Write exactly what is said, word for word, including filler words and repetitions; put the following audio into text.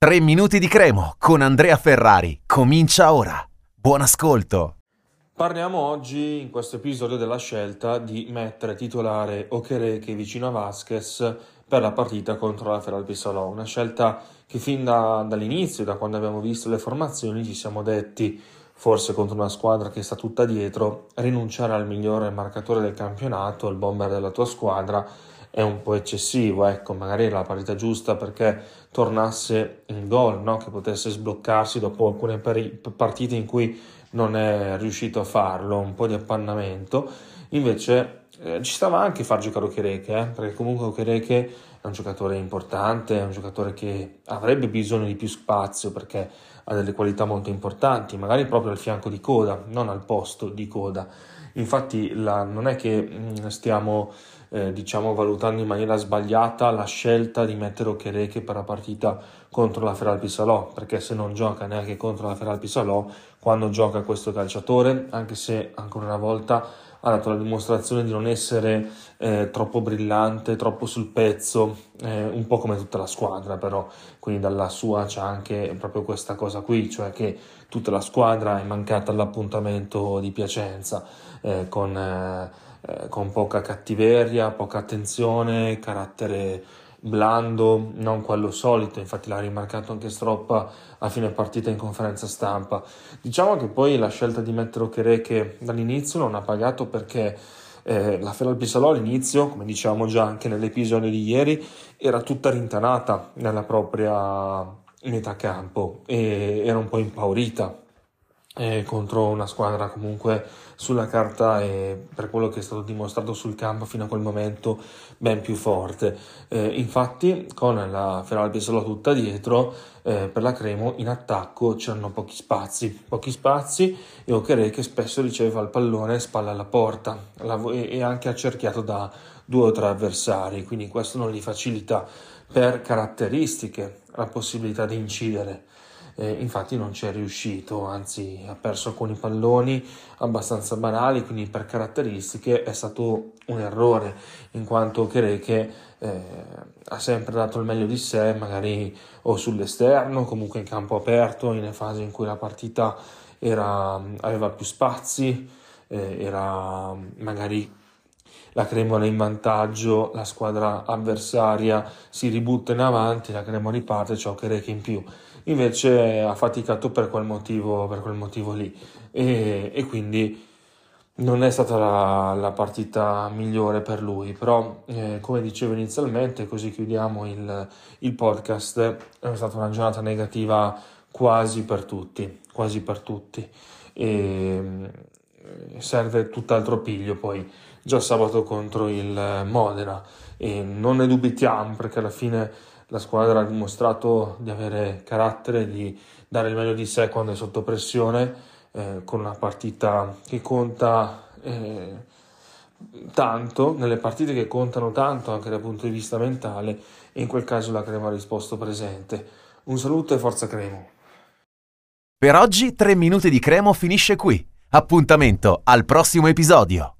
Tre minuti di Cremo con Andrea Ferrari. Comincia ora. Buon ascolto. Parliamo oggi in questo episodio della scelta di mettere titolare Okereke vicino a Vázquez per la partita contro la Feralpi Salò. Una scelta che fin da, dall'inizio, da quando abbiamo visto le formazioni, ci siamo detti, forse contro una squadra che sta tutta dietro, rinunciare al migliore marcatore del campionato, il bomber della tua squadra, è un po' eccessivo, ecco, magari la partita giusta perché tornasse in gol, no? Che potesse sbloccarsi dopo alcune peri- partite in cui non è riuscito a farlo, un po' di appannamento. Invece eh, ci stava anche far giocare Okereke, eh? Perché comunque Okereke è un giocatore importante, è un giocatore che avrebbe bisogno di più spazio perché ha delle qualità molto importanti, magari proprio al fianco di Coda, non al posto di Coda. Infatti la, non è che mh, stiamo eh, diciamo valutando in maniera sbagliata la scelta di mettere Okereke per la partita contro la Feralpi Salò, perché se non gioca neanche contro la Feralpi Salò, quando gioca questo calciatore, anche se ancora una volta ha dato la dimostrazione di non essere eh, troppo brillante, troppo sul pezzo, eh, un po' come tutta la squadra però, quindi dalla sua c'è anche proprio questa cosa qui, cioè che tutta la squadra è mancata all'appuntamento di Piacenza, eh, con, eh, eh, con poca cattiveria, poca attenzione, carattere blando, non quello solito, infatti l'ha rimarcato anche Stroppa a fine partita in conferenza stampa. Diciamo che poi la scelta di mettere Okereke dall'inizio non ha pagato perché eh, la Feralpi Salò all'inizio, come dicevamo già anche nell'episodio di ieri, era tutta rintanata nella propria metà campo e era un po' impaurita eh, contro una squadra comunque sulla carta e per quello che è stato dimostrato sul campo fino a quel momento ben più forte. Eh, infatti con la Feralpi Salò tutta dietro, eh, per la Cremo in attacco c'erano pochi spazi, pochi spazi e Okereke spesso riceveva il pallone spalla alla porta e anche accerchiato da due o tre avversari, quindi questo non gli facilita per caratteristiche la possibilità di incidere. Eh, infatti non ci è riuscito, anzi ha perso alcuni palloni abbastanza banali, quindi per caratteristiche è stato un errore, in quanto Okereke eh, ha sempre dato il meglio di sé, magari o sull'esterno, comunque in campo aperto, in fasi in cui la partita era, aveva più spazi, eh, era magari la Cremona in vantaggio, la squadra avversaria si ributta in avanti, la Cremona riparte, c'è Okereke in più. Invece ha faticato per quel motivo, per quel motivo lì e, e quindi non è stata la, la partita migliore per lui, però eh, come dicevo inizialmente, così chiudiamo il, il podcast, è stata una giornata negativa quasi per tutti, quasi per tutti e serve tutt'altro piglio poi già sabato contro il Modena e non ne dubitiamo perché alla fine la squadra ha dimostrato di avere carattere, di dare il meglio di sé quando è sotto pressione, eh, con una partita che conta eh, tanto, nelle partite che contano tanto anche dal punto di vista mentale, e in quel caso la Cremo ha risposto presente. Un saluto e forza Cremo! Per oggi tre minuti di Cremo finisce qui. Appuntamento al prossimo episodio.